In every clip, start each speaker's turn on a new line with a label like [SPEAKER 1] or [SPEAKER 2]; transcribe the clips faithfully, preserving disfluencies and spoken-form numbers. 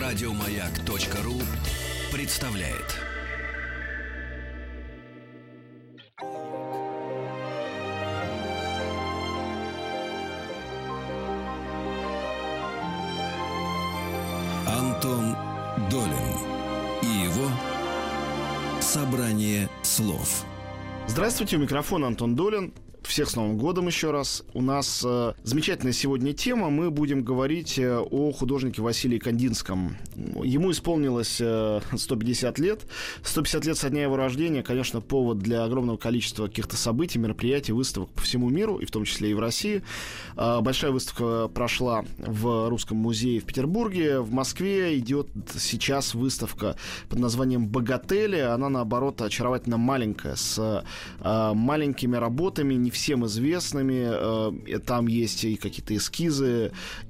[SPEAKER 1] Радиомаяк.ру представляет. Антон Долин и его собрание слов.
[SPEAKER 2] Здравствуйте, у микрофона Антон Долин. Всех с Новым годом еще раз. У нас э, замечательная сегодня тема. Мы будем говорить э, о художнике Василии Кандинском. Ему исполнилось э, сто пятьдесят лет. сто пятьдесят лет со дня его рождения, конечно, повод для огромного количества каких-то событий, мероприятий, выставок по всему миру, и в том числе и в России. Э, большая выставка прошла в Русском музее в Петербурге. В Москве идет сейчас выставка под названием «Богатели». Она, наоборот, очаровательно маленькая, с э, маленькими работами, не всем известными. Там есть и какие-то эскизы,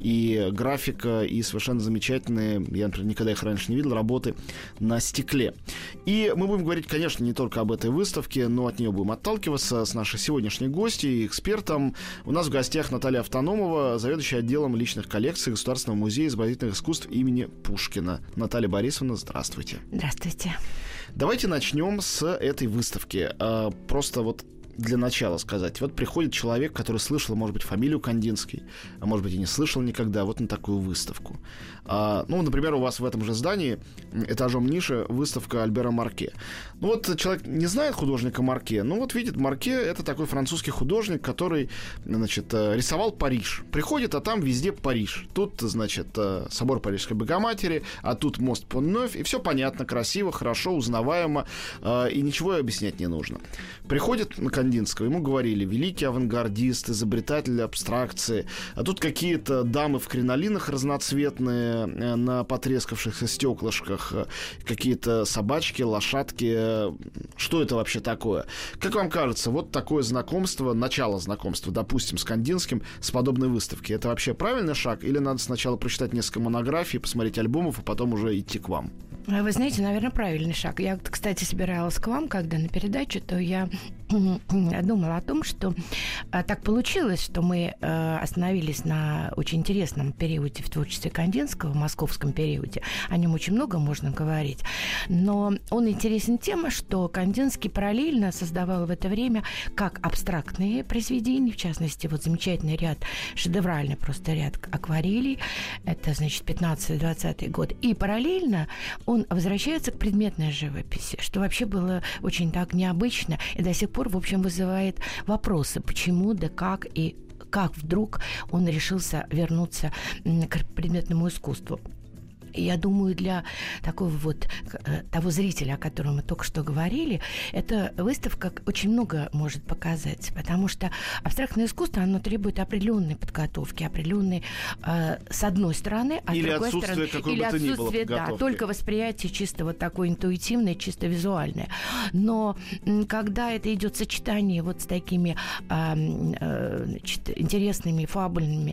[SPEAKER 2] и графика, и совершенно замечательные, я, например, никогда их раньше не видел, работы на стекле. И мы будем говорить, конечно, не только об этой выставке, но от нее будем отталкиваться с нашей сегодняшней гостьей, экспертом. У нас в гостях Наталья Автономова, заведующая отделом личных коллекций Государственного музея изобразительных искусств имени Пушкина. Наталья Борисовна, здравствуйте.
[SPEAKER 3] Здравствуйте.
[SPEAKER 2] Давайте начнем с этой выставки. Просто вот для начала сказать. Вот приходит человек, который слышал, может быть, фамилию Кандинский, а может быть, и не слышал никогда, вот на такую выставку. А, ну, например, у вас в этом же здании, этажом ниже, выставка Альбера Марке. Ну, вот человек не знает художника Марке, но вот видит, Марке — это такой французский художник, который, значит, рисовал Париж. Приходит, а там везде Париж. Тут, значит, собор Парижской Богоматери, а тут мост Пон-Нёв, и все понятно, красиво, хорошо, узнаваемо, и ничего объяснять не нужно. Приходит на Кандинского, ему говорили: великий авангардист, изобретатель абстракции. А тут какие-то дамы в кринолинах разноцветные, на потрескавшихся стеклышках, какие-то собачки, лошадки. Что это вообще такое? Как вам кажется, вот такое знакомство, начало знакомства, допустим, с Кандинским, с подобной выставки, это вообще правильный шаг? Или надо сначала прочитать несколько монографий, посмотреть альбомов, а потом уже идти к вам?
[SPEAKER 3] Вы знаете, наверное, правильный шаг. Я, кстати, собиралась к вам, когда на передачу, то я думала о том, что а, так получилось, что мы а, остановились на очень интересном периоде в творчестве Кандинского, в московском периоде. О нем очень много можно говорить. Но он интересен тем, что Кандинский параллельно создавал в это время как абстрактные произведения, в частности, вот замечательный ряд, шедевральный просто ряд акварелей, это, значит, пятнадцатый-двадцатый год, и параллельно он возвращается к предметной живописи, что вообще было очень так необычно и до сих пор, в общем, вызывает вопросы, почему, да как и как вдруг он решился вернуться к предметному искусству. Я думаю, для такого вот того зрителя, о котором мы только что говорили, эта выставка очень много может показать, потому что абстрактное искусство, оно требует определенной подготовки, определенной, э, с одной стороны, а с
[SPEAKER 2] или
[SPEAKER 3] другой
[SPEAKER 2] отсутствие
[SPEAKER 3] стороны, или отсутствие, да, только восприятие чисто вот такое интуитивное, чисто визуальное. Но когда это идет в сочетании вот с такими э, э, значит, интересными, фабульными,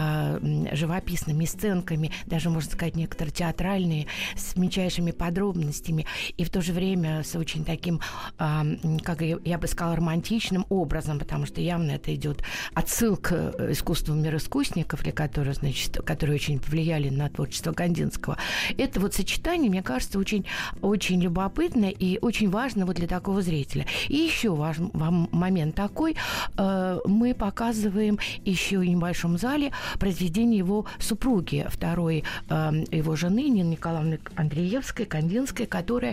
[SPEAKER 3] э, живописными сценками, даже, можно сказать, некоторые театральные, с мельчайшими подробностями, и в то же время с очень таким, э, как я бы сказала, романтичным образом, потому что явно это идет отсылка к искусству мироискусников, для которых, значит, которые очень повлияли на творчество Кандинского. Это вот сочетание, мне кажется, очень, очень любопытно и очень важно вот для такого зрителя. И еще важный момент такой, э, мы показываем еще в небольшом зале произведение его супруги, второй э, его жены Нины Николаевны Андреевской, Кандинской, которая,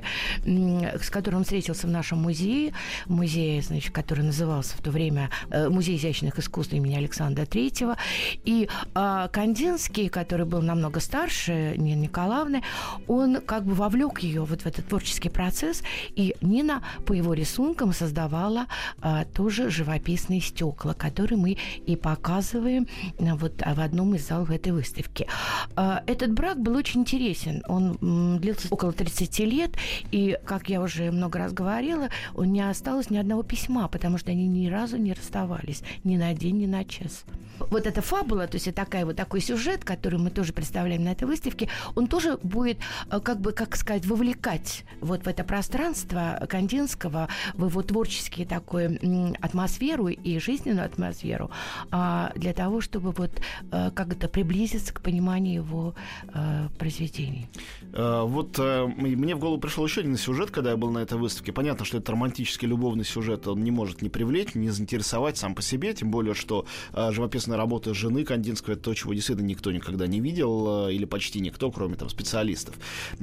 [SPEAKER 3] с которой он встретился в нашем музее, музее, значит, который назывался в то время Музей изящных искусств имени Александра Третьего. И а, Кандинский, который был намного старше Нины Николаевны, он как бы вовлек ее вот в этот творческий процесс, и Нина по его рисункам создавала а, тоже живописные стекла, которые мы и показываем а, вот а, в одном из залов этой выставки. А, этот брак был очень интересен. Он м, длился около тридцати лет, и, как я уже много раз говорила, у не осталось ни одного письма, потому что они ни разу не расставались, ни на день, ни на час. Вот эта фабула, то есть такая, вот такой сюжет, который мы тоже представляем на этой выставке, он тоже будет, как бы, как сказать, вовлекать вот в это пространство Кандинского, в его творческие такую атмосферу и жизненную атмосферу, для того, чтобы вот как-то приблизиться к пониманию его произведений.
[SPEAKER 2] Вот мне в голову пришел еще один сюжет, когда я был на этой выставке. Понятно, что это романтический любовный сюжет, он не может не привлечь, не заинтересовать сам по себе, тем более, что живописная работа жены Кандинского — это то, чего действительно никто никогда не видел, или почти никто, кроме там специалистов.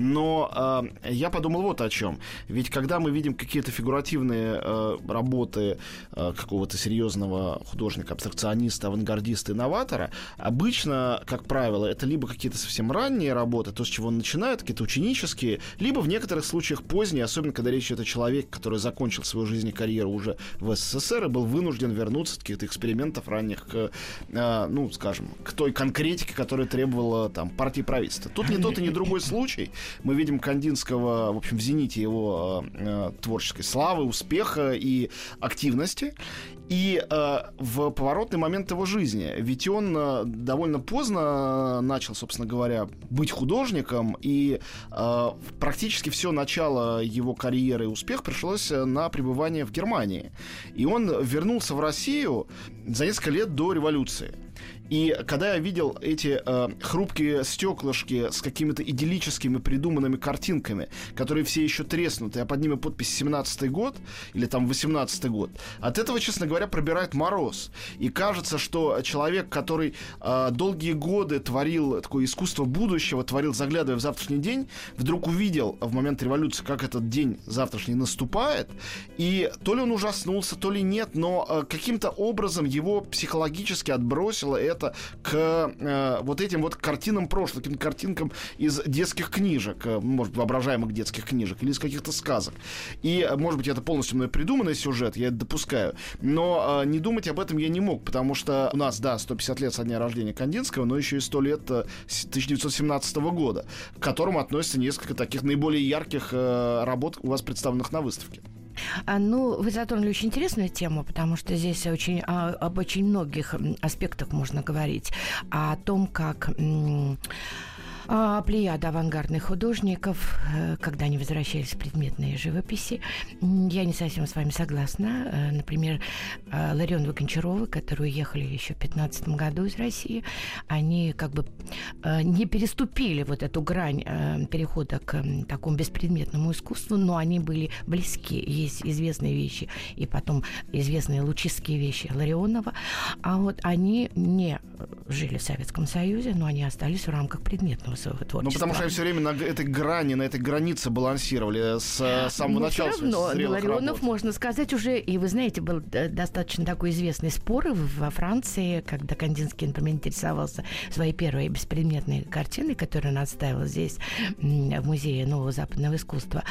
[SPEAKER 2] Но я подумал вот о чем. Ведь когда мы видим какие-то фигуративные работы какого-то серьезного художника, абстракциониста, авангардиста, инноватора, обычно, как правило, это либо какие-то совсем ранние работы, то, с чего он начинает, какие-то ученические, либо в некоторых случаях поздние, особенно когда речь идет о человеке, который закончил свою жизнь и карьеру уже в СССР и был вынужден вернуться от каких-то экспериментов ранних к, э, ну, скажем, к той конкретике, которая требовала там партии и правительства. Тут ни тот и ни другой случай. Мы видим Кандинского, в общем, в зените его э, творческой славы, успеха и активности. И э, в поворотный момент его жизни. Ведь он э, довольно поздно начал, собственно говоря, быть художником, и э, практически все начало его карьеры и успех пришлось на пребывание в Германии. И он вернулся в Россию за несколько лет до революции. И когда я видел эти э, хрупкие стеклышки с какими-то идиллическими придуманными картинками, которые все еще треснуты, а под ними подпись семнадцатый год или там восемнадцатый год, от этого, честно говоря, пробирает мороз. И кажется, что человек, который э, долгие годы творил такое искусство будущего, творил, заглядывая в завтрашний день, вдруг увидел в момент революции, как этот день завтрашний наступает, и то ли он ужаснулся, то ли нет, но э, каким-то образом его психологически отбросило это к э, вот этим вот картинам прошлого, таким картинкам из детских книжек, э, может, воображаемых детских книжек или из каких-то сказок. И, может быть, это полностью мной придуманный сюжет, я это допускаю, но э, не думать об этом я не мог, потому что у нас, да, сто пятьдесят лет со дня рождения Кандинского, но еще и сто лет э, тысяча девятьсот семнадцатого года, к которому относятся несколько таких наиболее ярких э, работ, у вас представленных на выставке.
[SPEAKER 3] А, ну, вы затронули очень интересную тему, потому что здесь очень, а, об очень многих аспектах можно говорить. О том, как м- а, плеяда авангардных художников, когда они возвращались в предметные живописи. Я не совсем с вами согласна. Например, Ларионова, Гончарова, которые уехали еще в пятнадцатом году из России, они как бы не переступили вот эту грань перехода к такому беспредметному искусству, но они были близки. Есть известные вещи, и потом известные лучистские вещи Ларионова. А вот они не жили в Советском Союзе, но они остались в рамках предметного своего творчества.
[SPEAKER 2] Ну, потому что они все время на этой грани, на этой границе балансировали с самого
[SPEAKER 3] но
[SPEAKER 2] начала.
[SPEAKER 3] Все равно, но Ларионов, можно сказать, уже, и вы знаете, был достаточно такой известный спор во Франции, когда Кандинский, например, интересовался своей первой беспредметной картиной, которую он отставил здесь, в Музее нового западного искусства.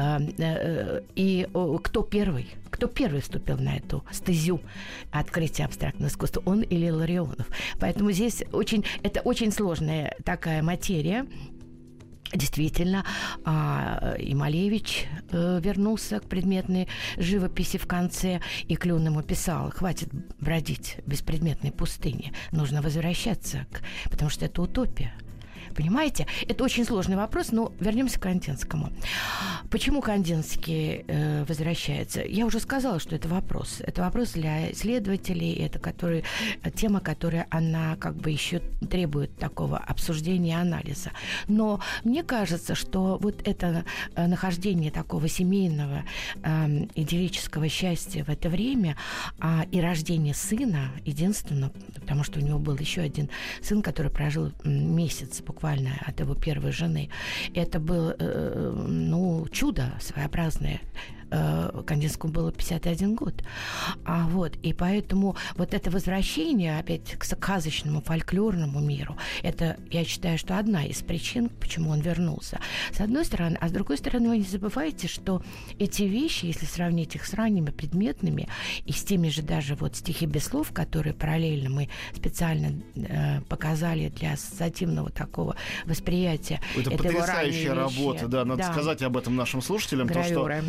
[SPEAKER 3] И кто первый? Кто первый вступил на эту стезю открытия абстрактного искусства? Он или Ларионов? Поэтому здесь очень, это очень сложная такая материя. Действительно, и Малевич вернулся к предметной живописи в конце, и Клюн ему писал: хватит бродить в беспредметной пустыне, нужно возвращаться, к... потому что это утопия. Понимаете? Это очень сложный вопрос, но вернемся к Кандинскому. Почему Кандинский э, возвращается? Я уже сказала, что это вопрос. Это вопрос для исследователей, это который, тема, которая она как бы еще требует такого обсуждения и анализа. Но мне кажется, что вот это э, нахождение такого семейного э, идиллического счастья в это время э, и рождение сына, единственного, потому что у него был еще один сын, который прожил месяц буквально от его первой жены. Это было, э, ну, чудо своеобразное. Кандинскому было пятьдесят один год. А вот, и поэтому вот это возвращение опять к сказочному, фольклорному миру, это, я считаю, что одна из причин, почему он вернулся. С одной стороны. А с другой стороны, вы не забывайте, что эти вещи, если сравнить их с ранними предметными и с теми же даже вот стихи без слов, которые параллельно мы специально э, показали для ассоциативного такого восприятия.
[SPEAKER 2] Это потрясающая работа, да, надо да. сказать об этом нашим слушателям. То, что,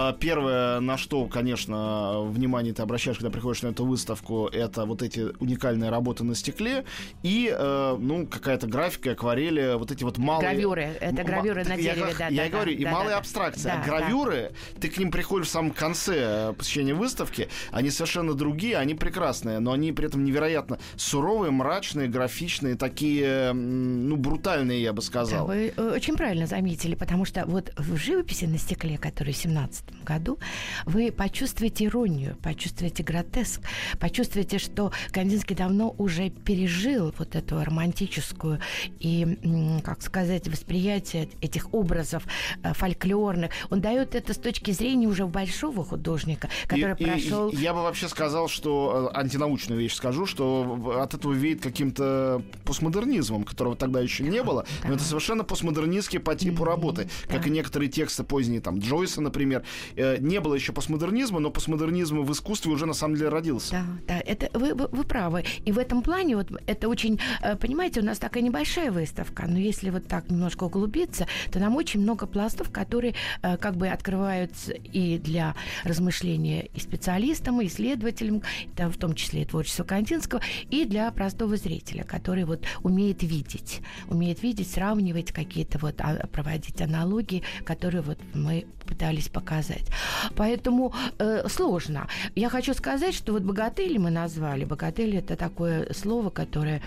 [SPEAKER 2] Первое, на что, конечно, внимание ты обращаешь, когда приходишь на эту выставку, это вот эти уникальные работы на стекле и, ну, какая-то графика, акварели, вот эти вот малые...
[SPEAKER 3] Гравюры, это гравюры М- на дереве,
[SPEAKER 2] я,
[SPEAKER 3] да.
[SPEAKER 2] Я
[SPEAKER 3] да,
[SPEAKER 2] говорю,
[SPEAKER 3] да,
[SPEAKER 2] и
[SPEAKER 3] да,
[SPEAKER 2] малые
[SPEAKER 3] да,
[SPEAKER 2] абстракции.
[SPEAKER 3] Да,
[SPEAKER 2] а гравюры, да. Ты к ним приходишь в самом конце посещения выставки, они совершенно другие, они прекрасные, но они при этом невероятно суровые, мрачные, графичные, такие, ну, брутальные, я бы сказал.
[SPEAKER 3] Да, вы очень правильно заметили, потому что вот в живописи на стекле, который в семнадцатом году, вы почувствуете иронию, почувствуете гротеск, почувствуете, что Кандинский давно уже пережил вот эту романтическую и, как сказать, восприятие этих образов фольклорных. Он дает это с точки зрения уже большого художника, который
[SPEAKER 2] и,
[SPEAKER 3] прошел...
[SPEAKER 2] И, я бы вообще сказал, что антинаучную вещь скажу, что от этого веет каким-то постмодернизмом, которого тогда еще не было, да. Но это совершенно постмодернистский по типу mm-hmm. работы, как да. и некоторые тексты поздние, там, Джойса, например. Не было еще постмодернизма, но постмодернизм в искусстве уже на самом деле родился.
[SPEAKER 3] Да, да, это вы, вы, вы правы. И в этом плане вот это очень, понимаете, у нас такая небольшая выставка, но если вот так немножко углубиться, то нам очень много пластов, которые как бы открываются и для размышления и специалистам, и исследователям, в том числе и творчества Кандинского, и для простого зрителя, который вот умеет видеть, умеет видеть, сравнивать какие-то вот, проводить аналогии, которые вот мы пытались показать. Поэтому э, сложно. Я хочу сказать, что вот богатыли мы назвали. Богатыли — это такое слово, которое,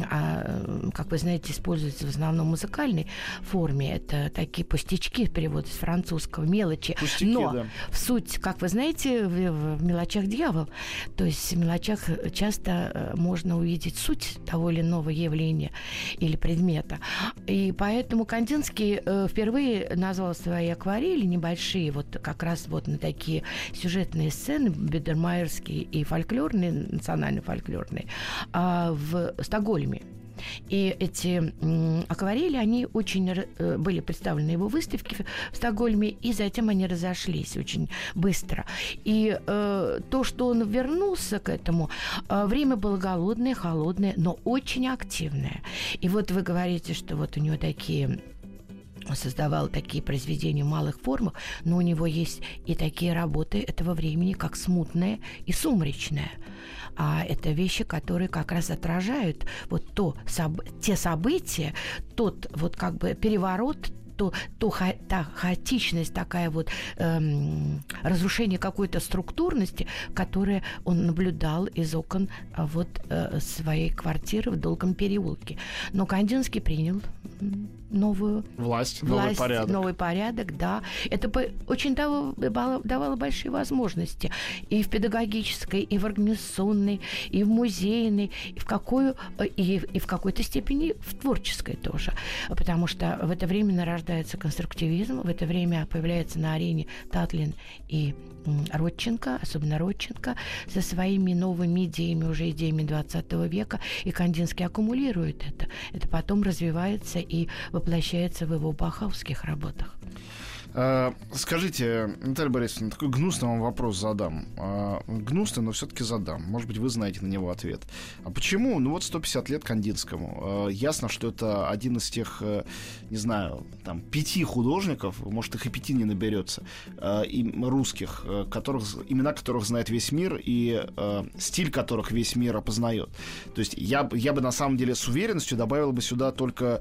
[SPEAKER 3] э, как вы знаете, используется в основном в музыкальной форме. Это такие пустячки, перевод с французского, мелочи.
[SPEAKER 2] Пустяки,
[SPEAKER 3] но
[SPEAKER 2] да.
[SPEAKER 3] в суть, как вы знаете, в, в мелочах дьявол. То есть в мелочах часто можно увидеть суть того или иного явления или предмета. И поэтому Кандинский э, впервые назвал свои акварели небольшие, вот как раз вот на такие сюжетные сцены, бидермайерские и фольклорные, национально-фольклорные, а в Стокгольме. И эти м, акварели, они очень э, были представлены на его выставке в Стокгольме, и затем они разошлись очень быстро. И э, то, что он вернулся к этому, э, время было голодное, холодное, но очень активное. И вот вы говорите, что вот у него такие... Он создавал такие произведения в малых формах, но у него есть и такие работы этого времени, как «Смутное» и «Сумречное». А это вещи, которые как раз отражают вот то, соб- те события, тот вот как бы переворот, то, то ха- та хаотичность, такая вот эм, разрушение какой-то структурности, которое он наблюдал из окон а, вот э, своей квартиры в Долгом переулке. Но Кандинский принял новую
[SPEAKER 2] власть,
[SPEAKER 3] власть,
[SPEAKER 2] новый порядок.
[SPEAKER 3] Новый порядок, да. Это по- очень давало, давало большие возможности и в педагогической, и в организационной, и в музейной, и в, какую, и, и в какой-то степени в творческой тоже. Потому что в это время нарождается конструктивизм, в это время появляется на арене Татлин и Родченко, особенно Родченко, со своими новыми идеями, уже идеями двадцатого века, и Кандинский аккумулирует это. Это потом развивается и воплощается в его бахаусских работах.
[SPEAKER 2] Скажите, Наталья Борисовна, такой гнусный вам вопрос задам. Гнусный, но все-таки задам. Может быть, вы знаете на него ответ. А почему? Ну вот сто пятьдесят лет Кандинскому. Ясно, что это один из тех, не знаю, там, пяти художников, может, их и пяти не наберется, и русских, которых, имена которых знает весь мир и стиль которых весь мир опознает. То есть я, я бы на самом деле с уверенностью добавил бы сюда только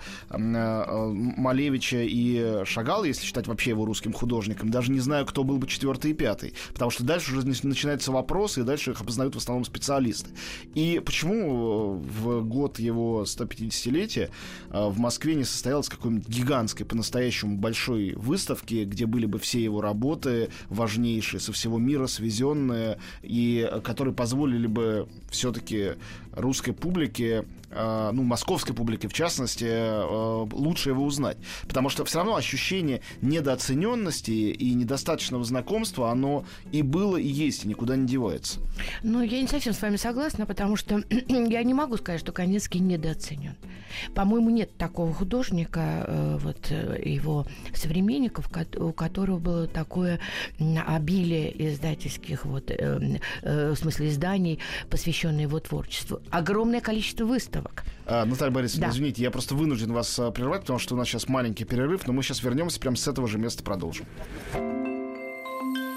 [SPEAKER 2] Малевича и Шагала, если считать вообще его русским художником. Даже не знаю, кто был бы четвертый и пятый. Потому что дальше уже начинаются вопросы, и дальше их опознают в основном специалисты. И почему в год его сто пятидесятилетия в Москве не состоялась какой-нибудь гигантской, по-настоящему большой выставки, где были бы все его работы важнейшие, со всего мира свезенные, и которые позволили бы все-таки русской публике, ну, московской публике, в частности, лучше его узнать. Потому что все равно ощущение недооцененности и недостаточного знакомства, оно и было, и есть, и никуда не девается.
[SPEAKER 3] Ну, я не совсем с вами согласна, потому что я не могу сказать, что Кандинский недооценен. По-моему, нет такого художника, вот его современников, у которого было такое обилие издательских, вот, в смысле изданий, посвященных его творчеству. Огромное количество выставок.
[SPEAKER 2] А, Наталья Борисовна,
[SPEAKER 3] да.
[SPEAKER 2] Извините, я просто вынужден вас а, прервать, потому что у нас сейчас маленький перерыв, но мы сейчас вернемся прямо с этого же места, продолжим.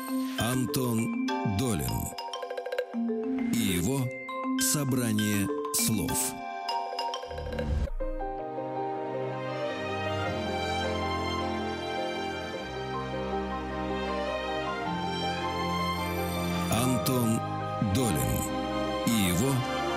[SPEAKER 1] Антон Долин и его собрание слов. Антон Долин и его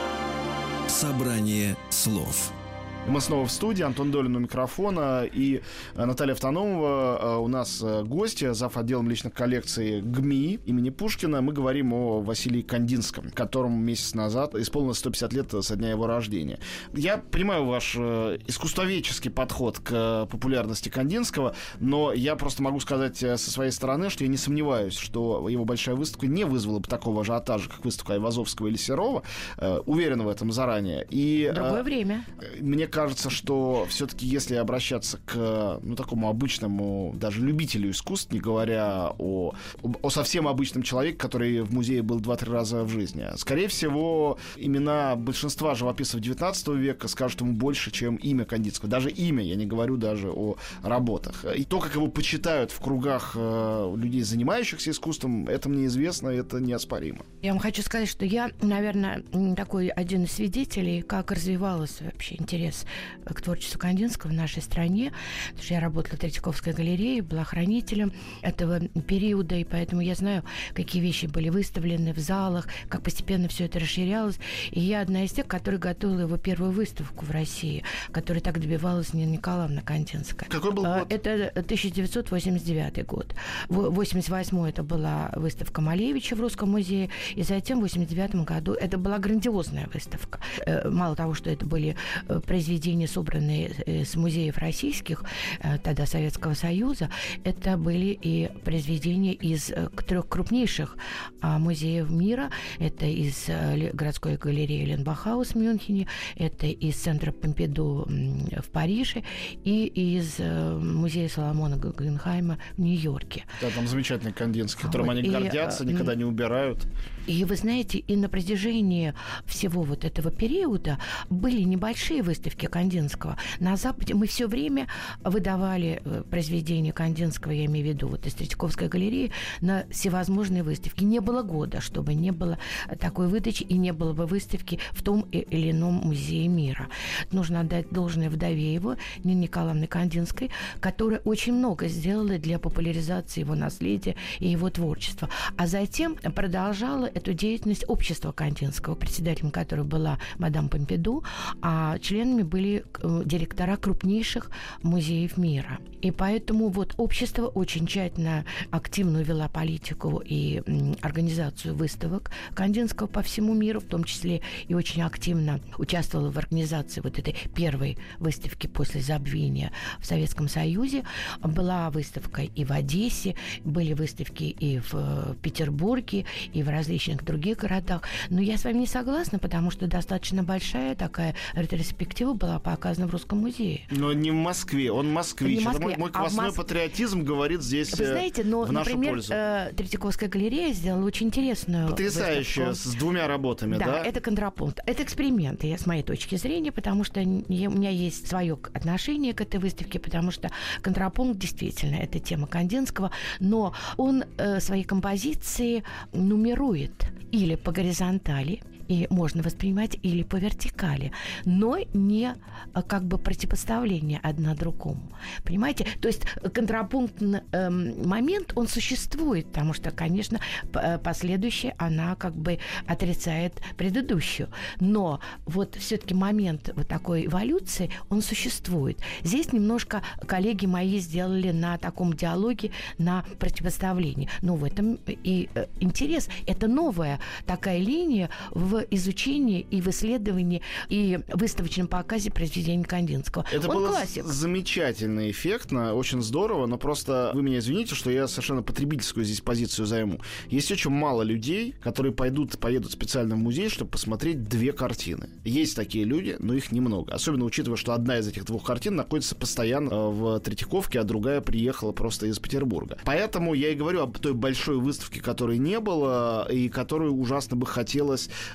[SPEAKER 1] собрание слов.
[SPEAKER 2] Мы снова в студии, Антон Долин у микрофона и Наталья Автономова. У нас гостья, зав. Отделом личных коллекций ГМИ имени Пушкина. Мы говорим о Василии Кандинском, которому месяц назад исполнилось сто пятьдесят лет со дня его рождения. Я понимаю ваш искусствоведческий подход к популярности Кандинского, но я просто могу сказать со своей стороны, что я не сомневаюсь, что его большая выставка не вызвала бы такого ажиотажа, как выставка Айвазовского или Серова. Уверен в этом заранее. И
[SPEAKER 3] другое время.
[SPEAKER 2] Мне кажется, что все-таки если обращаться к ну, такому обычному, даже любителю искусств, не говоря о, о совсем обычном человеке, который в музее был два-три раза в жизни, скорее всего, имена большинства живописцев девятнадцатого века скажут ему больше, чем имя Кандинского. Даже имя, я не говорю даже о работах. И то, как его почитают в кругах э, людей, занимающихся искусством, это мне известно, это неоспоримо.
[SPEAKER 3] Я вам хочу сказать, что я, наверное, такой один из свидетелей, как развивался вообще интерес к творчеству Кандинского в нашей стране, потому что я работала в Третьяковской галерее, была хранителем этого периода, и поэтому я знаю, какие вещи были выставлены в залах, как постепенно все это расширялось. И я одна из тех, которая готовила его первую выставку в России, которой так добивалась Нина Николаевна Кандинская.
[SPEAKER 2] Какой был год?
[SPEAKER 3] Это тысяча девятьсот восемьдесят девятый год. В восемьдесят восьмой это была выставка Малевича в Русском музее, и затем в восемьдесят девятом году это была грандиозная выставка. Мало того, что это были произведения, собранные с музеев российских, тогда Советского Союза, это были и произведения из трех крупнейших музеев мира. Это из городской галереи Ленбахаус в Мюнхене, это из центра Помпиду в Париже и из музея Соломона Гуггенхайма в Нью-Йорке.
[SPEAKER 2] Да, там замечательный Кандинский, которым вот, они и, гордятся, никогда не убирают.
[SPEAKER 3] И вы знаете, и на протяжении всего вот этого периода были небольшие выставки Кандинского. На Западе мы все время выдавали произведения Кандинского, я имею в виду, вот из Третьяковской галереи, на всевозможные выставки. Не было года, чтобы не было такой выдачи и не было бы выставки в том или ином музее мира. Нужно отдать должное вдове его, Нине Николаевне Кандинской, которая очень много сделала для популяризации его наследия и его творчества. А затем продолжала эту деятельность общества Кандинского, председателем которого была мадам Помпиду, а членами были директора крупнейших музеев мира. И поэтому вот общество очень тщательно, активно вела политику и м, организацию выставок Кандинского по всему миру, в том числе и очень активно участвовала в организации вот этой первой выставки после забвения в Советском Союзе. Была выставка и в Одессе, были выставки и в Петербурге, и в различных других городах. Но я с вами не согласна, потому что достаточно большая такая ретроспектива была показана в Русском музее.
[SPEAKER 2] Но не в Москве, он москвич. Не в Москве, мой квасной а Мос... патриотизм говорит здесь Вы знаете, но, в нашу
[SPEAKER 3] например,
[SPEAKER 2] пользу.
[SPEAKER 3] Э, Третьяковская галерея сделала очень интересную
[SPEAKER 2] Потрясающая,
[SPEAKER 3] выставку.
[SPEAKER 2] С двумя работами, да?
[SPEAKER 3] Да, это контрапункт. Это эксперимент, я, с моей точки зрения, потому что я, у меня есть свое отношение к этой выставке, потому что контрапункт действительно это тема Кандинского, но он э, свои композиции нумерует или по горизонтали, и можно воспринимать или по вертикали, но не как бы противопоставление одна другому. Понимаете? То есть контрапунктный э, момент, он существует, потому что, конечно, последующая, она как бы отрицает предыдущую. Но вот все-таки момент вот такой эволюции, он существует. Здесь немножко коллеги мои сделали на таком диалоге, на противопоставлении. Но в этом и э, интерес. Это новая такая линия в изучении и в исследовании и выставочном показе произведений Кандинского.
[SPEAKER 2] Это
[SPEAKER 3] Он
[SPEAKER 2] было
[SPEAKER 3] классик.
[SPEAKER 2] Замечательно, эффектно, очень здорово, но просто вы меня извините, что я совершенно потребительскую здесь позицию займу. Есть очень мало людей, которые пойдут, поедут специально в музей, чтобы посмотреть две картины. Есть такие люди, но их немного. Особенно учитывая, что одна из этих двух картин находится постоянно в Третьяковке, а другая приехала просто из Петербурга. Поэтому я и говорю об той большой выставке, которой не было, и которую ужасно бы хотелось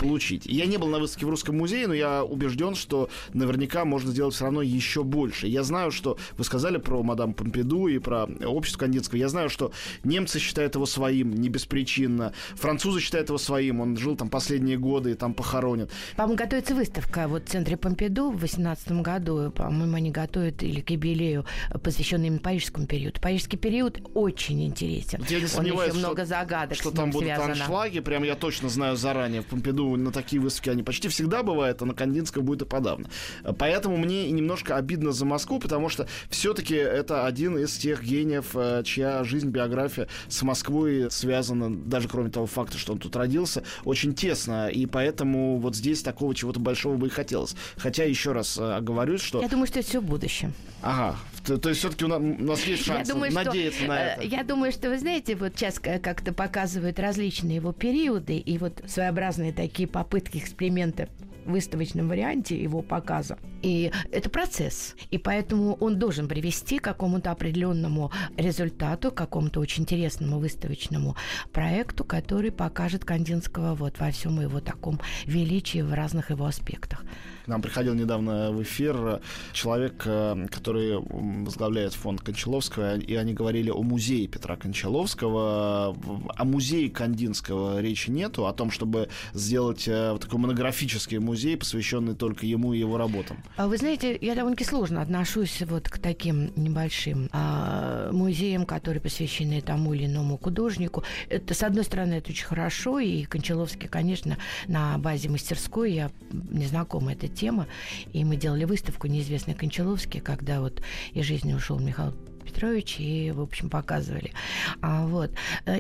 [SPEAKER 2] получить. Я не был на выставке в Русском музее, но я убежден, что наверняка можно сделать все равно еще больше. Я знаю, что вы сказали про мадам Помпиду и про общество Кандинского. Я знаю, что немцы считают его своим, не беспричинно. Французы считают его своим. Он жил там последние годы и там похоронен.
[SPEAKER 3] По-моему, готовится выставка вот в центре Помпиду в восемнадцатом году. По-моему, они готовят или к юбилею, посвященный именно парижскому периоду. Парижский период очень интересен.
[SPEAKER 2] Я не сомневаюсь,
[SPEAKER 3] Он еще
[SPEAKER 2] что,
[SPEAKER 3] много загадок
[SPEAKER 2] что
[SPEAKER 3] с ним
[SPEAKER 2] там будут
[SPEAKER 3] связано.
[SPEAKER 2] аншлаги. Прям я точно знаю заранее. В Помпиду на такие выставки они почти всегда бывают, а на Кандинском будет и подавно. Поэтому мне немножко обидно за Москву, потому что все-таки это один из тех гениев, чья жизнь, биография с Москвой связана, даже кроме того факта, что он тут родился, очень тесно. И поэтому вот здесь такого чего-то большого бы и хотелось. Хотя, еще раз оговорюсь, что...
[SPEAKER 3] Я думаю, что это все в будущем.
[SPEAKER 2] Ага. То, то есть все-таки у нас, у нас есть шанс
[SPEAKER 3] я думаю,
[SPEAKER 2] надеяться
[SPEAKER 3] что,
[SPEAKER 2] на это.
[SPEAKER 3] Я думаю, что, вы знаете, вот сейчас как-то показывают различные его периоды и вот своеобразные такие попытки эксперимента в выставочном варианте его показа. И это процесс. И поэтому он должен привести к какому-то определенному результату, к какому-то очень интересному выставочному проекту, который покажет Кандинского вот во всем его таком величии в разных его аспектах.
[SPEAKER 2] К нам приходил недавно в эфир человек, который возглавляет фонд Кончаловского, и они говорили о музее Петра Кончаловского. О музее Кандинского речи нету, о том, чтобы сделать вот такой монографический музей, посвященный только ему и его работам.
[SPEAKER 3] Вы знаете, я довольно сложно отношусь вот к таким небольшим а, музеям, которые посвящены тому или иному художнику. Это, с одной стороны, это очень хорошо, и Кончаловский, конечно, на базе мастерской, я не знакома эта тема, и мы делали выставку «Неизвестный Кончаловский», когда вот из жизни ушел Михаил Петрович, и, в общем, показывали. А, вот.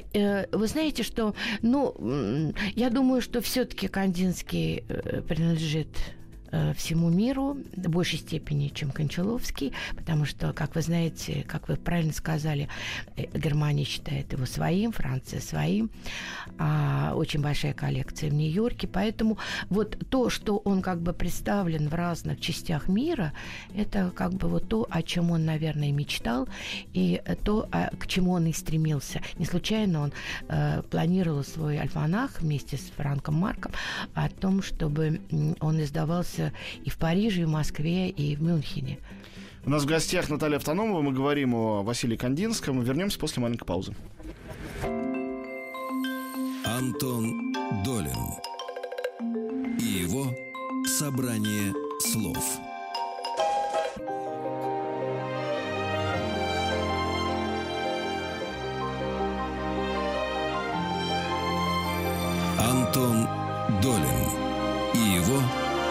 [SPEAKER 3] Вы знаете, что, ну, я думаю, что все-таки Кандинский принадлежит всему миру в большей степени, чем Кончаловский, потому что, как вы знаете, как вы правильно сказали, Германия считает его своим, Франция своим, а очень большая коллекция в Нью-Йорке, поэтому вот то, что он как бы представлен в разных частях мира, это как бы вот то, о чем он, наверное, мечтал, и то, к чему он и стремился. Не случайно он э, планировал свой альманах вместе с Франком Марком о том, чтобы он издавался и в Париже, и в Москве, и в Мюнхене.
[SPEAKER 2] У нас в гостях Наталья Автономова. Мы говорим о Василии Кандинском. Вернемся после маленькой паузы.
[SPEAKER 1] Антон Долин и его собрание слов. Антон Долин и его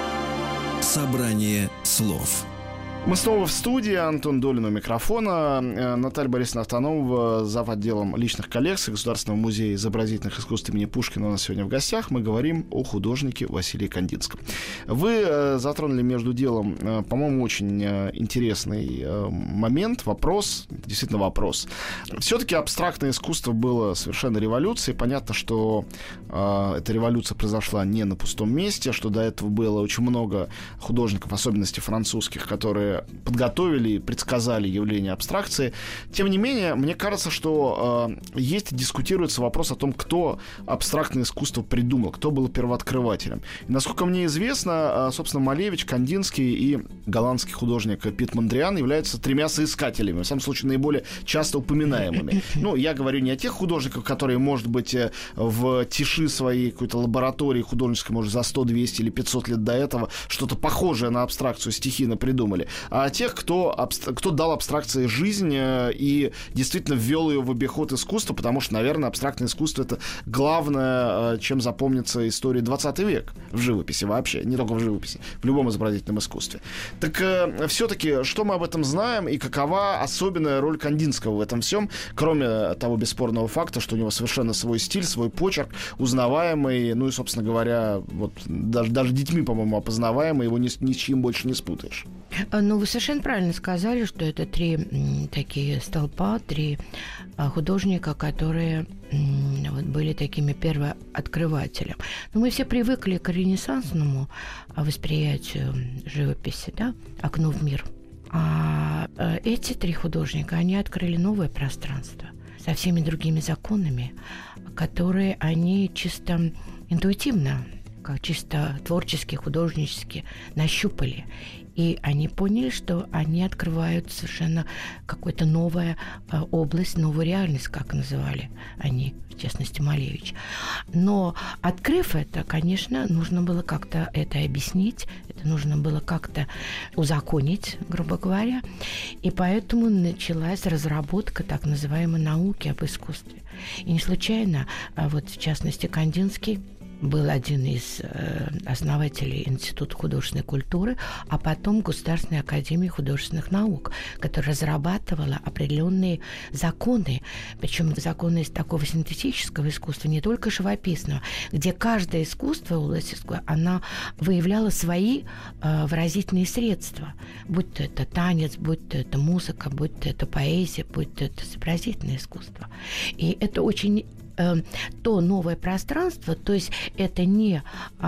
[SPEAKER 1] собрание слов.
[SPEAKER 2] Мы снова в студии. Антон Долин у микрофона. Наталья Борисовна Автономова, зав. Отделом личных коллекций Государственного музея изобразительных искусств имени Пушкина у нас сегодня в гостях. Мы говорим о художнике Василии Кандинском. Вы затронули между делом, по-моему, очень интересный момент, вопрос, действительно вопрос. Все-таки абстрактное искусство было совершенно революцией. Понятно, что эта революция произошла не на пустом месте, что до этого было очень много художников, в особенности французских, которые подготовили и предсказали явление абстракции. Тем не менее, мне кажется, что э, есть и дискутируется вопрос о том, кто абстрактное искусство придумал, кто был первооткрывателем. И, насколько мне известно, э, собственно, Малевич, Кандинский и голландский художник Пит Мондриан являются тремя соискателями, в самом случае, наиболее часто упоминаемыми. Ну, я говорю не о тех художниках, которые, может быть, в тиши своей какой-то лаборатории художественской, может, за сто, двести или пятьсот лет до этого что-то похожее на абстракцию стихийно придумали, а тех, кто, абстр... кто дал абстракции жизнь и действительно ввел ее в обиход искусства, потому что, наверное, абстрактное искусство — это главное, чем запомнится история двадцатого века в живописи вообще, не только в живописи, в любом изобразительном искусстве. Так э, все-таки, что мы об этом знаем и какова особенная роль Кандинского в этом всем, кроме того бесспорного факта, что у него совершенно свой стиль, свой почерк, узнаваемый, ну и, собственно говоря, вот даже, даже детьми, по-моему, опознаваемый, его ни, ни с чем больше не спутаешь.
[SPEAKER 3] Ну, вы совершенно правильно сказали, что это три м, такие столпа, три а, художника, которые м, вот, были такими первооткрывателями. Но мы все привыкли к ренессансному а, восприятию живописи, да, окно в мир. А, а эти три художника, они открыли новое пространство со всеми другими законами, которые они чисто интуитивно как чисто творчески, художнически нащупали. И они поняли, что они открывают совершенно какую-то новую э, область, новую реальность, как называли они, в частности, Малевич. Но, открыв это, конечно, нужно было как-то это объяснить, это нужно было как-то узаконить, грубо говоря. И поэтому началась разработка так называемой науки об искусстве. И не случайно, а вот в частности, Кандинский был один из э, основателей Института художественной культуры, а потом Государственной академии художественных наук, которая разрабатывала определенные законы, причем законы из такого синтетического искусства, не только живописного, где каждое искусство, область искусства, она выявляла свои э, выразительные средства, будь то это танец, будь то это музыка, будь то это поэзия, будь то это изобразительное искусство. И это очень то новое пространство, то есть это не,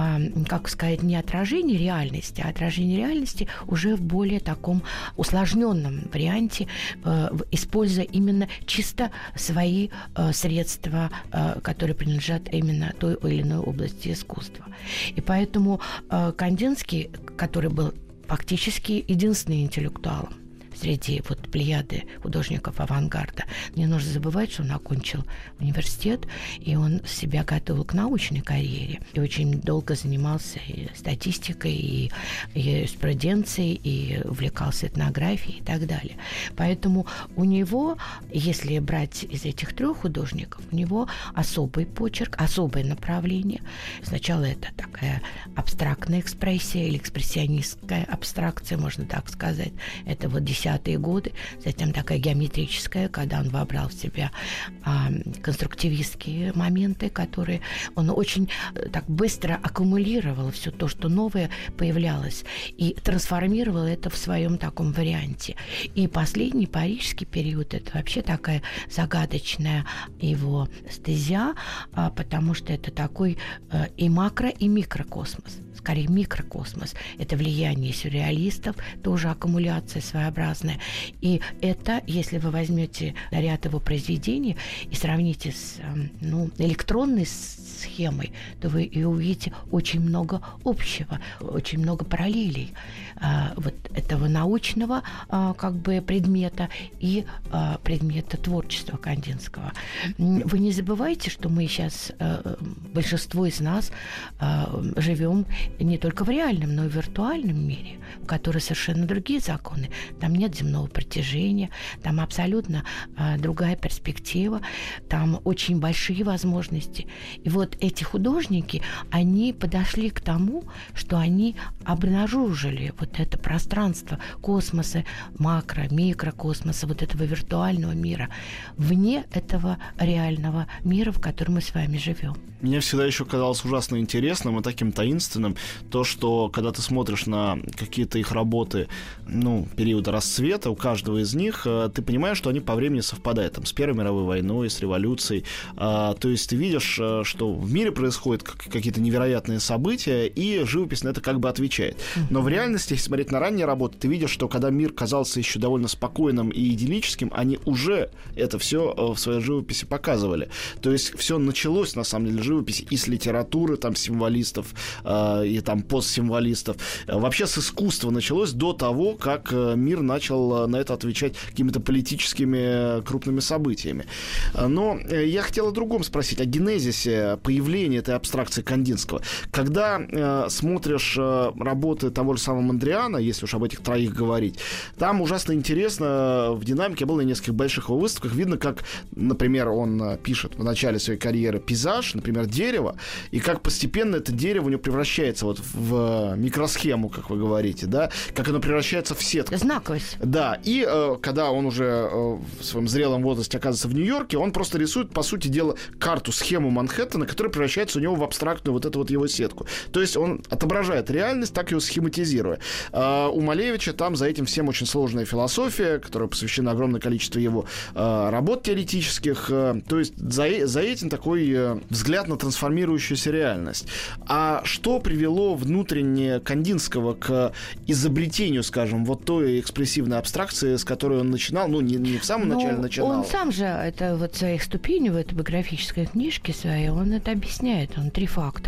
[SPEAKER 3] как сказать, не отражение реальности, а отражение реальности уже в более таком усложненном варианте, используя именно чисто свои средства, которые принадлежат именно той или иной области искусства. И поэтому Кандинский, который был фактически единственным интеллектуалом среди вот плеяды художников авангарда. Не нужно забывать, что он окончил университет, и он себя готовил к научной карьере. И очень долго занимался и статистикой, и, и юриспруденцией, и увлекался этнографией и так далее. Поэтому у него, если брать из этих трех художников, у него особый почерк, особое направление. Сначала это такая абстрактная экспрессия или экспрессионистская абстракция, можно так сказать. Это вот десятые годы, затем такая геометрическая, когда он вобрал в себя а, конструктивистские моменты, которые он очень так быстро аккумулировал все то, что новое появлялось, и трансформировал это в своем таком варианте. И последний парижский период — это вообще такая загадочная его стезя, а, потому что это такой а, и макро, и микрокосмос. Скорее, микрокосмос. Это влияние сюрреалистов, тоже аккумуляция своеобразная. И это, если вы возьмете ряд его произведений и сравните с ну, электронной схемой, то вы и увидите очень много общего, очень много параллелей а, вот этого научного а, как бы предмета и а, предмета творчества Кандинского. Вы не забывайте, что мы сейчас, а, большинство из нас а, живем не только в реальном, но и в виртуальном мире, в котором совершенно другие законы. Там нет земного притяжения, там абсолютно а, другая перспектива, там очень большие возможности. И вот эти художники, они подошли к тому, что они обнаружили вот это пространство космоса, макро, микрокосмоса, вот этого виртуального мира, вне этого реального мира, в котором мы с вами живем.
[SPEAKER 2] Мне всегда еще казалось ужасно интересным и таким таинственным то, что когда ты смотришь на какие-то их работы, ну, периода расцвета, у каждого из них, ты понимаешь, что они по времени совпадают там, с Первой мировой войной, с революцией. А, то есть ты видишь, что в мире происходят какие-то невероятные события, и живопись на это как бы отвечает. Но в реальности, если смотреть на ранние работы, ты видишь, что когда мир казался еще довольно спокойным и идиллическим, они уже это все в своей живописи показывали. То есть все началось, на самом деле, живописи и с литературы, там, символистов, э, и там постсимволистов. Вообще с искусства началось до того, как мир начал на это отвечать какими-то политическими крупными событиями. Но я хотел о другом спросить, о генезисе появления этой абстракции Кандинского. Когда э, смотришь э, работы того же самого Мондриана, если уж об этих троих говорить, там ужасно интересно в динамике, было на нескольких больших его выставках, видно, как, например, он пишет в начале своей карьеры пейзаж, например, дерево, и как постепенно это дерево у него превращается вот в микросхему, как вы говорите, да, как оно превращается в сетку.
[SPEAKER 3] Знаковость.
[SPEAKER 2] Да, и э, когда он уже э, в своем зрелом возрасте оказывается в Нью-Йорке, он просто рисует, по сути дела, карту, схему Манхэттена, которая превращается у него в абстрактную вот эту вот его сетку. То есть он отображает реальность, так ее схематизируя. А у Малевича там за этим всем очень сложная философия, которая посвящена огромное количество его э, работ теоретических. Э, то есть за, за этим такой э, взгляд на трансформирующуюся реальность. А что привело внутренне Кандинского к изобретению, скажем, вот той экспрессивной абстракции, с которой он начинал, ну, не, не в самом
[SPEAKER 3] Но
[SPEAKER 2] начале начинал.
[SPEAKER 3] Он сам же, это вот в своих ступенях, в этой биографической книжке своей, он это объясняет, он три фактора,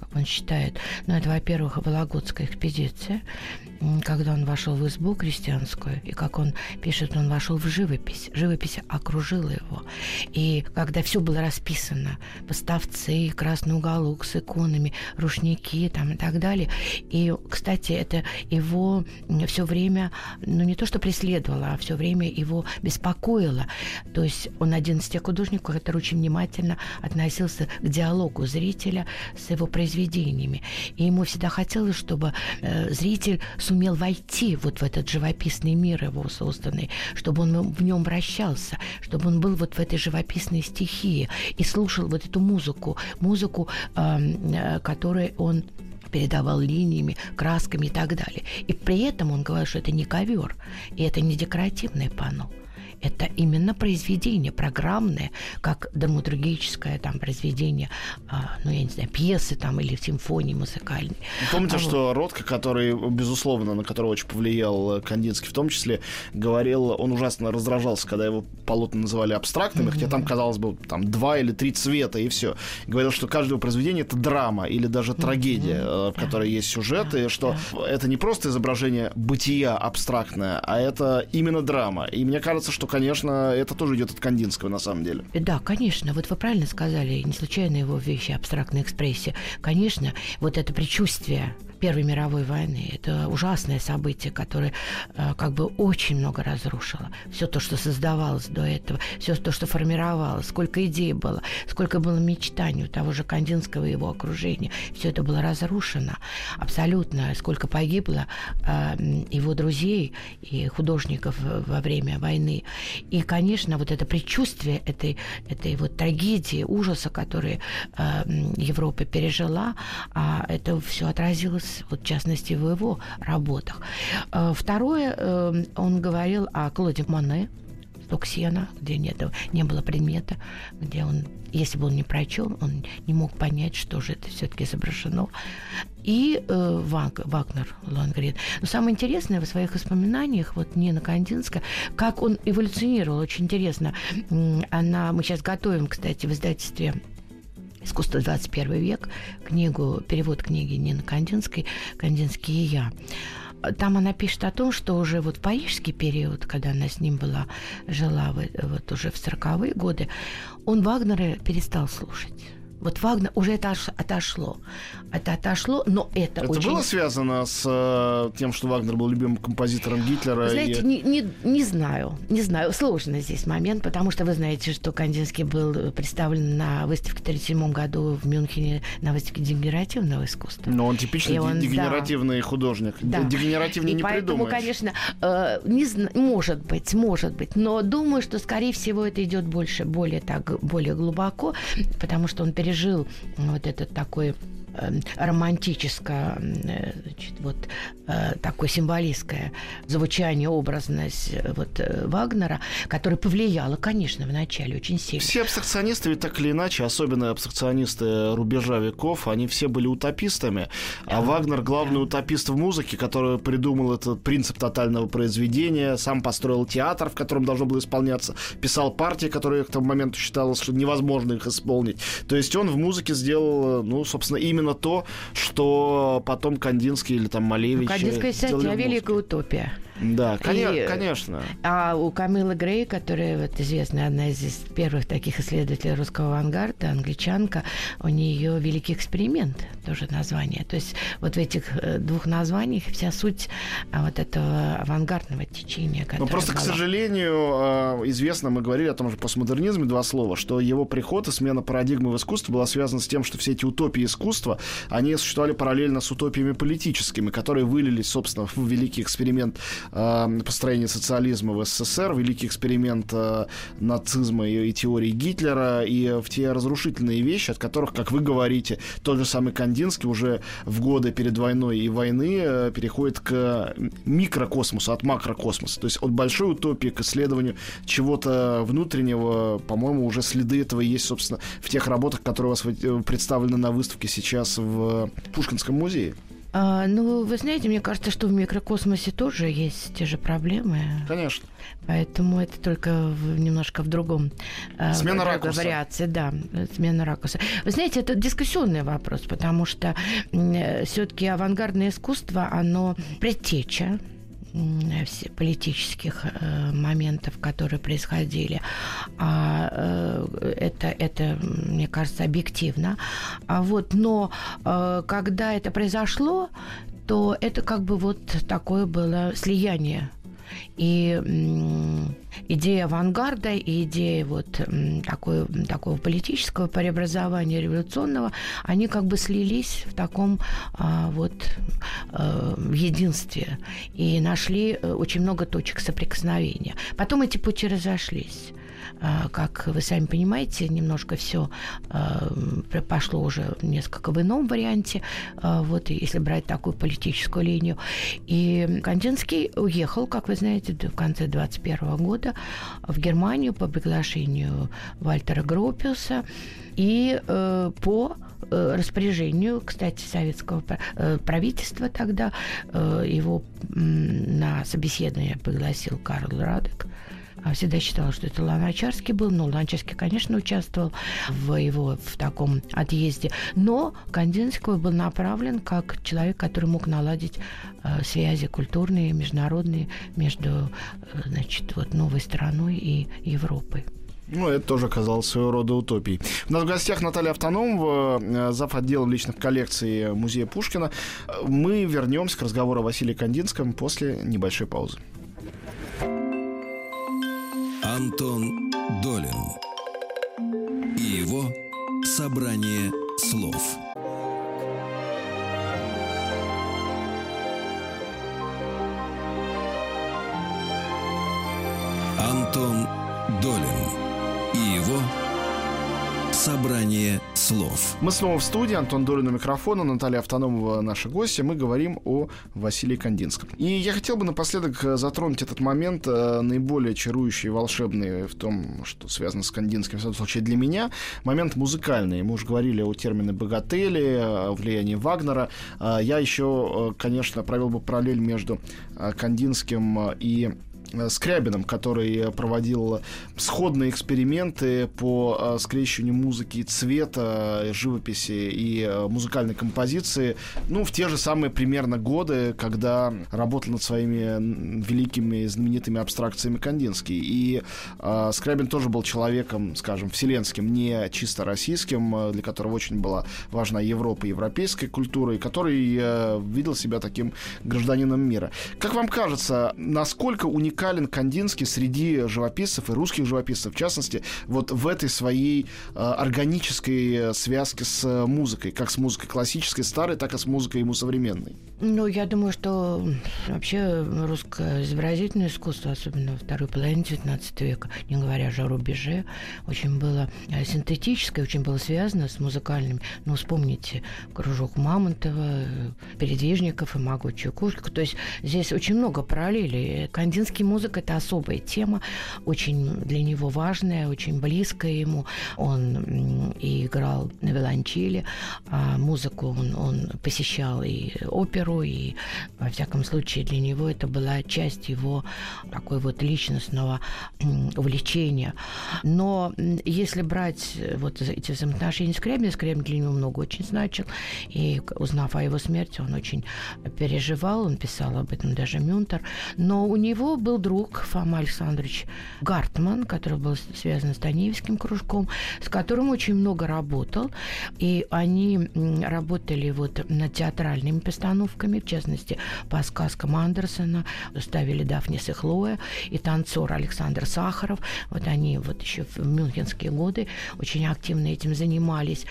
[SPEAKER 3] он считает, ну, это, во-первых, Вологодская экспедиция, когда он вошел в избу крестьянскую, и как он пишет, он вошел в живопись. Живопись окружила его. И когда все было расписано, поставцы, красный уголок с иконами, рушники там, и так далее. И, кстати, это его все время, ну, не то что преследовало, а все время его беспокоило. То есть он один из тех художников, который очень внимательно относился к диалогу зрителя с его произведениями. И ему всегда хотелось, чтобы э, зритель сумел войти вот в этот живописный мир его созданный, чтобы он в нем вращался, чтобы он был вот в этой живописной стихии и слушал вот эту музыку, музыку, э, которую он передавал линиями, красками и так далее. И при этом он говорил, что это не ковер, и это не декоративное панно. Это именно произведение программное, как драматургическое там произведение, а, ну, я не знаю, пьесы там или симфонии музыкальной.
[SPEAKER 2] Помните,
[SPEAKER 3] а
[SPEAKER 2] что
[SPEAKER 3] вот.
[SPEAKER 2] Ротко, который, безусловно, на которого очень повлиял Кандинский, в том числе, говорил, он ужасно раздражался, когда его полотна называли абстрактными, mm-hmm. хотя там, казалось бы, там два или три цвета, и все. Говорил, что каждое произведение — это драма или даже трагедия, mm-hmm. в которой yeah. есть сюжет, и что yeah. это не просто изображение бытия абстрактное, а это именно драма. И мне кажется, что, конечно, это тоже идет от Кандинского, на самом деле.
[SPEAKER 3] Да, конечно. Вот вы правильно сказали, не случайно его вещи абстрактной экспрессии. Конечно, вот это предчувствие Первой мировой войны. Это ужасное событие, которое э, как бы очень много разрушило. Все то, что создавалось до этого, все то, что формировалось, сколько идей было, сколько было мечтаний у того же Кандинского и его окружения. Все это было разрушено абсолютно. Сколько погибло э, его друзей и художников во время войны. И, конечно, вот это предчувствие этой, этой вот трагедии, ужаса, который э, Европа пережила, э, это все отразилось вот, в частности, в его работах. Второе, он говорил о Клоде Моне, «Сток сена», где нет, не было предмета, где он, если бы он не прочел, он не мог понять, что же это все-таки изображено. И э, Ваг, Вагнер, Лонгрид. Но самое интересное в своих воспоминаниях, вот Нина Кандинская, как он эволюционировал, очень интересно. Она, мы сейчас готовим, кстати, в издательстве «Искусство двадцать первый век», книгу, перевод книги Нины Кандинской «Кандинский и я». Там она пишет о том, что уже вот в парижский период, когда она с ним была, жила вот уже в сороковые годы, он Вагнера перестал слушать. Вот Вагнер, уже это отошло. Это отошло, но это,
[SPEAKER 2] это
[SPEAKER 3] очень...
[SPEAKER 2] было связано с э, тем, что Вагнер был любимым композитором Гитлера?
[SPEAKER 3] Знаете,
[SPEAKER 2] и...
[SPEAKER 3] не, не, не знаю. Не знаю. Сложно здесь момент, потому что вы знаете, что Кандинский был представлен на выставке в тысяча девятьсот тридцать седьмом году в Мюнхене на выставке дегенеративного искусства.
[SPEAKER 2] Но он типичный он, дегенеративный да, художник.
[SPEAKER 3] Да.
[SPEAKER 2] Дегенеративнее не
[SPEAKER 3] поэтому,
[SPEAKER 2] придумаешь.
[SPEAKER 3] конечно, э, не зна... может быть, может быть. Но думаю, что, скорее всего, это идет больше, более, так, более глубоко, потому что он пережил вот этот такой романтическое, значит, вот такое символистское звучание, образность вот Вагнера, которое повлияло, конечно, вначале очень сильно.
[SPEAKER 2] Все абстракционисты ведь так или иначе, особенно абстракционисты рубежа веков, они все были утопистами, а да, Вагнер главный да. утопист в музыке, который придумал этот принцип тотального произведения, сам построил театр, в котором должно было исполняться, писал партии, которые к тому моменту считалось, что невозможно их исполнить. То есть он в музыке сделал, ну, собственно, именно именно то, что потом Кандинский или там Малевич...
[SPEAKER 3] Ну, Кандинская, кстати, великая утопия.
[SPEAKER 2] Да,
[SPEAKER 3] и,
[SPEAKER 2] конечно.
[SPEAKER 3] А у Камилы Грей, которая вот, известная, одна из первых таких исследователей русского авангарда, англичанка, у нее «Великий эксперимент» тоже название. То есть вот в этих двух названиях вся суть вот этого авангардного течения.
[SPEAKER 2] Но просто, была. К сожалению, известно, мы говорили о том же постмодернизме, два слова, что его приход и смена парадигмы в искусстве была связана с тем, что все эти утопии искусства, они существовали параллельно с утопиями политическими, которые вылились, собственно, в великий эксперимент построения социализма в СССР, великий эксперимент нацизма и, и теории Гитлера, и в те разрушительные вещи, от которых, как вы говорите, тот же самый Кандинский уже в годы перед войной и войны переходит к микрокосмосу, от макрокосмоса. То есть от большой утопии к исследованию чего-то внутреннего. По-моему, уже следы этого есть, собственно, в тех работах, которые у вас представлены на выставке сейчас в Пушкинском музее.
[SPEAKER 3] А, ну, вы знаете, мне кажется, что в микрокосмосе тоже есть те же проблемы.
[SPEAKER 2] Конечно.
[SPEAKER 3] Поэтому это только в, немножко в другом.
[SPEAKER 2] Смена
[SPEAKER 3] в
[SPEAKER 2] ракурса.
[SPEAKER 3] Вариации, да, смена ракурса. Вы знаете, это дискуссионный вопрос, потому что все-таки авангардное искусство, оно предтеча политических э, моментов, которые происходили. А, э, это, это, мне кажется, объективно. А вот, но э, когда это произошло, то это как бы вот такое было слияние. И м, идея авангарда, и идея вот м, такой, такого политического преобразования революционного, они как бы слились в таком а, вот а, в единстве и нашли очень много точек соприкосновения. Потом эти пути разошлись. Как вы сами понимаете, немножко все пошло уже несколько в ином варианте, вот если брать такую политическую линию. И Кандинский уехал, как вы знаете, в конце двадцать первого года в Германию по приглашению Вальтера Гропиуса и э, по распоряжению, кстати, советского правительства тогда, его на собеседование пригласил Карл Радек. Всегда считала, что это Луначарский был, но Луначарский, конечно, участвовал в его в таком отъезде. Но Кандинский был направлен как человек, который мог наладить э, связи культурные, международные между э, значит, вот, новой страной и Европой.
[SPEAKER 2] Ну, это тоже оказалось своего рода утопией. У нас в гостях Наталья Автономова, зав. Отделом личных коллекций Музея Пушкина. Мы вернемся к разговору о Василии Кандинском после небольшой паузы.
[SPEAKER 1] Антон Долин и его собрание слов. Антон Долин и его собрание слов.
[SPEAKER 2] Мы снова в студии. Антон Долин у микрофона, Наталья Автономова наша гостья. Мы говорим о Василии Кандинском. И я хотел бы напоследок затронуть этот момент, наиболее чарующий и волшебный в том, что связано с Кандинским, в этом случае для меня, момент музыкальный. Мы уже говорили о термине богатели, о влиянии Вагнера. Я еще, конечно, провел бы параллель между Кандинским и Скрябиным, который проводил сходные эксперименты по скрещиванию музыки, цвета, живописи и музыкальной композиции, ну, в те же самые примерно годы, когда работал над своими великими знаменитыми абстракциями Кандинский. И э, Скрябин тоже был человеком, скажем, вселенским, не чисто российским, для которого очень была важна Европа, европейская культура, и который э, видел себя таким гражданином мира. Как вам кажется, насколько уникально Кандинский среди живописцев и русских живописцев, в частности, вот в этой своей э, органической связке с музыкой, как с музыкой классической, старой, так и с музыкой ему современной?
[SPEAKER 3] Ну, я думаю, что вообще русское изобразительное искусство, особенно во второй половине девятнадцатого века, не говоря же о рубеже, очень было синтетическое, очень было связано с музыкальным. Ну, вспомните кружок Мамонтова, Передвижников и Могучую кошку. То есть здесь очень много параллелей. Кандинский музыка — это особая тема, очень для него важная, очень близкая ему. Он и играл на виолончели, а музыку он, он посещал и оперу, и, во всяком случае, для него это была часть его такой вот личностного увлечения. Но если брать вот эти взаимоотношения с Скрябиным, Скрябин для него много очень значил, и, узнав о его смерти, он очень переживал, он писал об этом даже Мюнтер. Но у него был друг Фома Александрович Гартман, который был связан с Танеевским кружком, с которым очень много работал, и они работали вот над театральными постановками, в частности, по сказкам Андерсена, ставили Дафнис и Хлоя, и танцор Александр Сахаров. Вот они вот еще в мюнхенские годы очень активно этим занимались.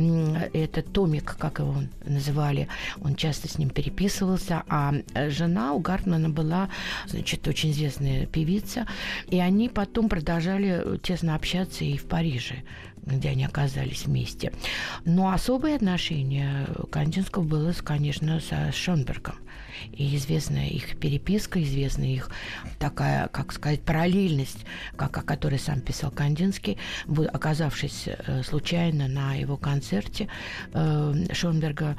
[SPEAKER 3] Этот томик, как его называли, он часто с ним переписывался, а жена у Гартмана была, значит, очень известная певица, и они потом продолжали тесно общаться и в Париже, где они оказались вместе. Но особое отношение Кандинского было, конечно, со Шонбергом. И известна их переписка, известна их такая, как сказать, параллельность, как, о которой сам писал Кандинский, оказавшись э, случайно на его концерте э, Шонберга,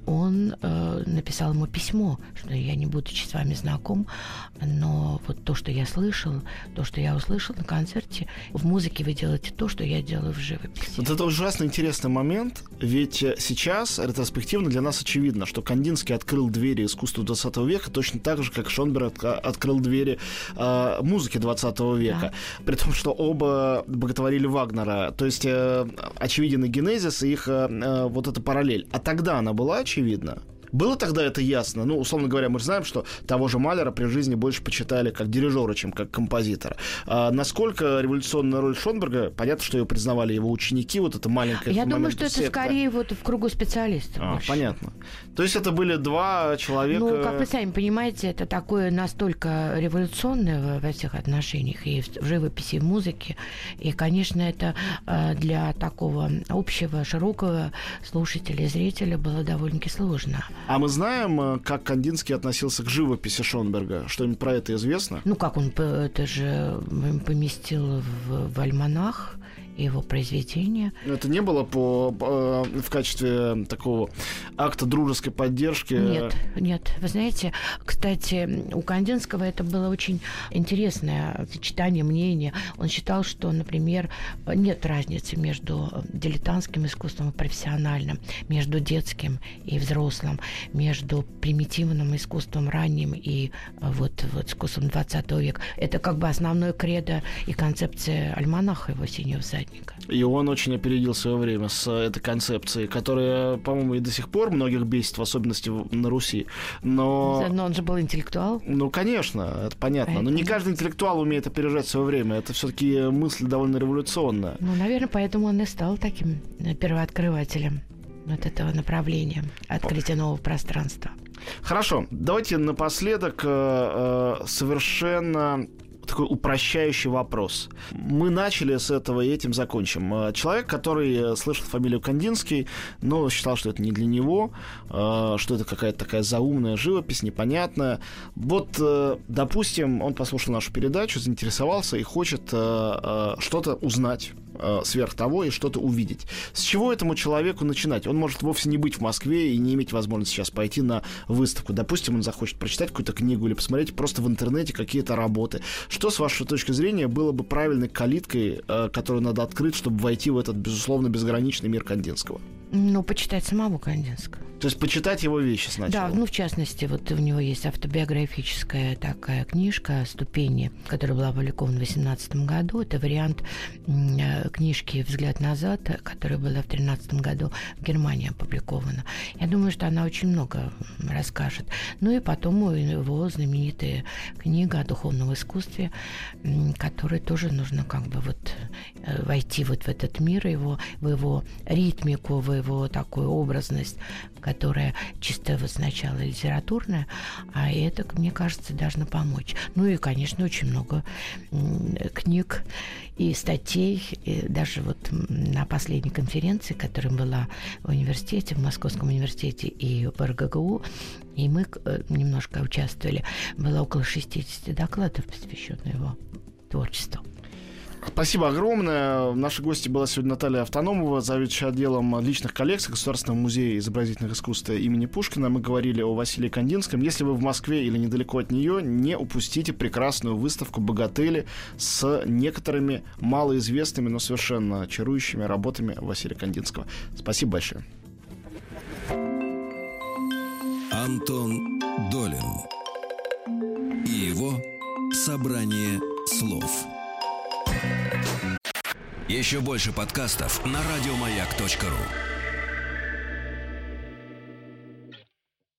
[SPEAKER 3] он э, написал ему письмо, что я не будучи с вами знаком, но вот то, что я слышал, то, что я услышал на концерте, в музыке вы делаете то, что я делаю в живописи.
[SPEAKER 2] Вот это ужасно интересный момент, ведь сейчас ретроспективно для нас очевидно, что Кандинский открыл двери искусству двадцатого века точно так же, как Шонберг открыл двери э, музыки двадцатого века, да. При том, что оба боготворили Вагнера, то есть э, очевиден и генезис, и их э, вот эта параллель. А тогда она была очевидна? Было тогда это ясно? Ну, условно говоря, мы же знаем, что того же Малера при жизни больше почитали как дирижера, чем как композитора. А насколько революционная роль Шонберга, понятно, что ее признавали его ученики, вот это маленькое...
[SPEAKER 3] Я думаю, что это
[SPEAKER 2] секта.
[SPEAKER 3] Скорее вот в кругу специалистов.
[SPEAKER 2] А,
[SPEAKER 3] больше.
[SPEAKER 2] Понятно. То есть это были два человека...
[SPEAKER 3] Ну, как вы сами понимаете, это такое настолько революционное во всех отношениях, и в живописи, и в музыке. И, конечно, это для такого общего, широкого слушателя и зрителя было довольно-таки сложно.
[SPEAKER 2] А мы знаем, как Кандинский относился к живописи Шонберга? Что-нибудь про это известно?
[SPEAKER 3] Ну, как он это же поместил в, в альманах его произведения.
[SPEAKER 2] Это не было по, по, в качестве такого акта дружеской поддержки?
[SPEAKER 3] Нет, нет. Вы знаете, кстати, у Кандинского это было очень интересное сочетание мнения. Он считал, что, например, нет разницы между дилетантским искусством и профессиональным, между детским и взрослым, между примитивным искусством ранним и вот, вот искусством двадцатого века. Это как бы основное кредо и концепция альманаха его «Синего всадника».
[SPEAKER 2] И он очень опередил свое время с этой концепцией, которая, по-моему, и до сих пор многих бесит, в особенности на Руси. Но...
[SPEAKER 3] Но он же был интеллектуал.
[SPEAKER 2] Ну, конечно, это понятно. Но не каждый интеллектуал умеет опережать свое время. Это все-таки мысль довольно революционная.
[SPEAKER 3] Ну, наверное, поэтому он и стал таким первооткрывателем вот этого направления, открытия нового пространства.
[SPEAKER 2] Хорошо. Давайте напоследок э, э, совершенно... такой упрощающий вопрос. Мы начали с этого и этим закончим. Человек, который слышал фамилию Кандинский, но считал, что это не для него, что это какая-то такая заумная живопись, непонятная. Вот, допустим, он послушал нашу передачу, заинтересовался и хочет что-то узнать сверх того и что-то увидеть. С чего этому человеку начинать? Он может вовсе не быть в Москве и не иметь возможности сейчас пойти на выставку. Допустим, он захочет прочитать какую-то книгу или посмотреть просто в интернете какие-то работы. Что, с вашей точки зрения, было бы правильной калиткой, которую надо открыть, чтобы войти в этот, безусловно, безграничный мир Кандинского?
[SPEAKER 3] Ну, почитать самого Кандинского.
[SPEAKER 2] То есть почитать его вещи сначала?
[SPEAKER 3] Да, ну, в частности, вот у него есть автобиографическая такая книжка «Ступени», которая была опубликована в две тысячи восемнадцатом году. Это вариант книжки «Взгляд назад», которая была в две тысячи тринадцатом году в Германии опубликована. Я думаю, что она очень много расскажет. Ну и потом его знаменитая книга о духовном искусстве, которой тоже нужно как бы вот войти вот в этот мир, его, в его ритмику, в его такую образность, которая чисто вот сначала литературная, а это, мне кажется, должно помочь. Ну и, конечно, очень много книг и статей, и даже вот на последней конференции, которая была в университете, в Московском университете и в эр гэ гэ у, и мы немножко участвовали, было около шестидесяти докладов, посвященных его творчеству.
[SPEAKER 2] Спасибо огромное. Нашей гостью была сегодня Наталья Автономова, заведующая отделом личных коллекций Государственного музея изобразительных искусств имени Пушкина. Мы говорили о Василии Кандинском. Если вы в Москве или недалеко от нее, не упустите прекрасную выставку «Богатели» с некоторыми малоизвестными, но совершенно чарующими работами Василия Кандинского. Спасибо большое.
[SPEAKER 1] Антон Долин и его «Собрание слов». Еще больше подкастов на радиомаяк точка ру.